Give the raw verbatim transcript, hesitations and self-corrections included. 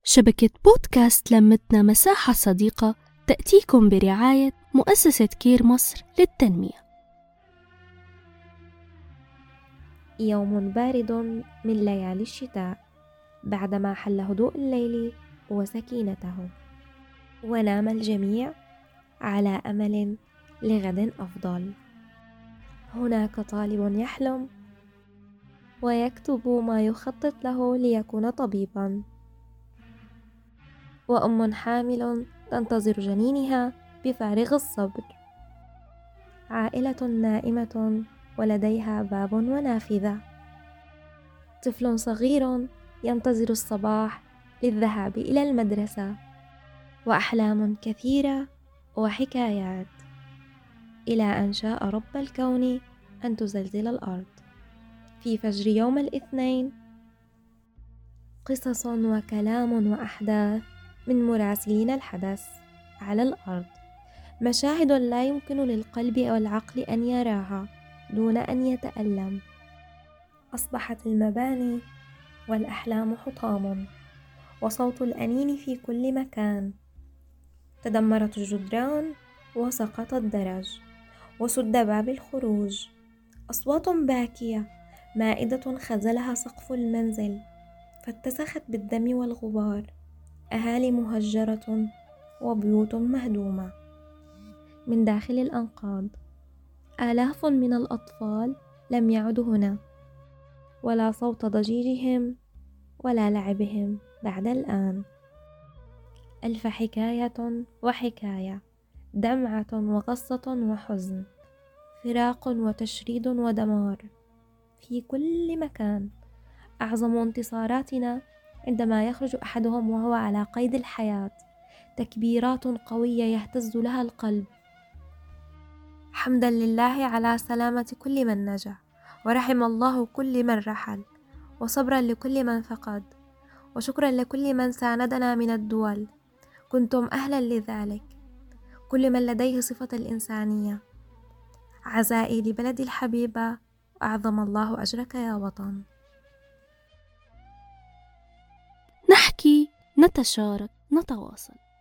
شبكة بودكاست لمتنا مساحة صديقة تأتيكم برعاية مؤسسة كير مصر للتنمية. يوم بارد من ليالي الشتاء، بعدما حل هدوء الليل وسكينته، ونام الجميع على أمل لغد أفضل. هناك طالب يحلم ويكتب ما يخطط له ليكون طبيبا، وأم حامل تنتظر جنينها بفارغ الصبر، عائلة نائمة ولديها باب ونافذة، طفل صغير ينتظر الصباح للذهاب إلى المدرسة، وأحلام كثيرة وحكايات، إلى أن شاء رب الكون أن تزلزل الأرض في فجر يوم الاثنين. قصص وكلام وأحداث من مراسلين الحدث على الأرض، مشاهد لا يمكن للقلب أو العقل أن يراها دون أن يتألم. أصبحت المباني والأحلام حطام، وصوت الأنين في كل مكان. تدمرت الجدران وسقط الدرج وسد باب الخروج. أصوات باكية، مائدة خزلها سقف المنزل فاتسخت بالدم والغبار، أهالي مهجرة وبيوت مهدومة. من داخل الأنقاض آلاف من الأطفال لم يعدوا هنا، ولا صوت ضجيجهم ولا لعبهم بعد الآن. ألف حكاية وحكاية، دمعة وقصة وحزن، فراق وتشريد ودمار في كل مكان. أعظم انتصاراتنا عندما يخرج أحدهم وهو على قيد الحياة، تكبيرات قوية يهتز لها القلب. حمدا لله على سلامة كل من نجا، ورحم الله كل من رحل، وصبرا لكل من فقد، وشكرا لكل من ساندنا من الدول. كنتم أهلا لذلك، كل من لديه صفة الإنسانية. عزائي لبلدي الحبيبة، وأعظم الله أجرك يا وطن. نحكي، نتشارك، نتواصل.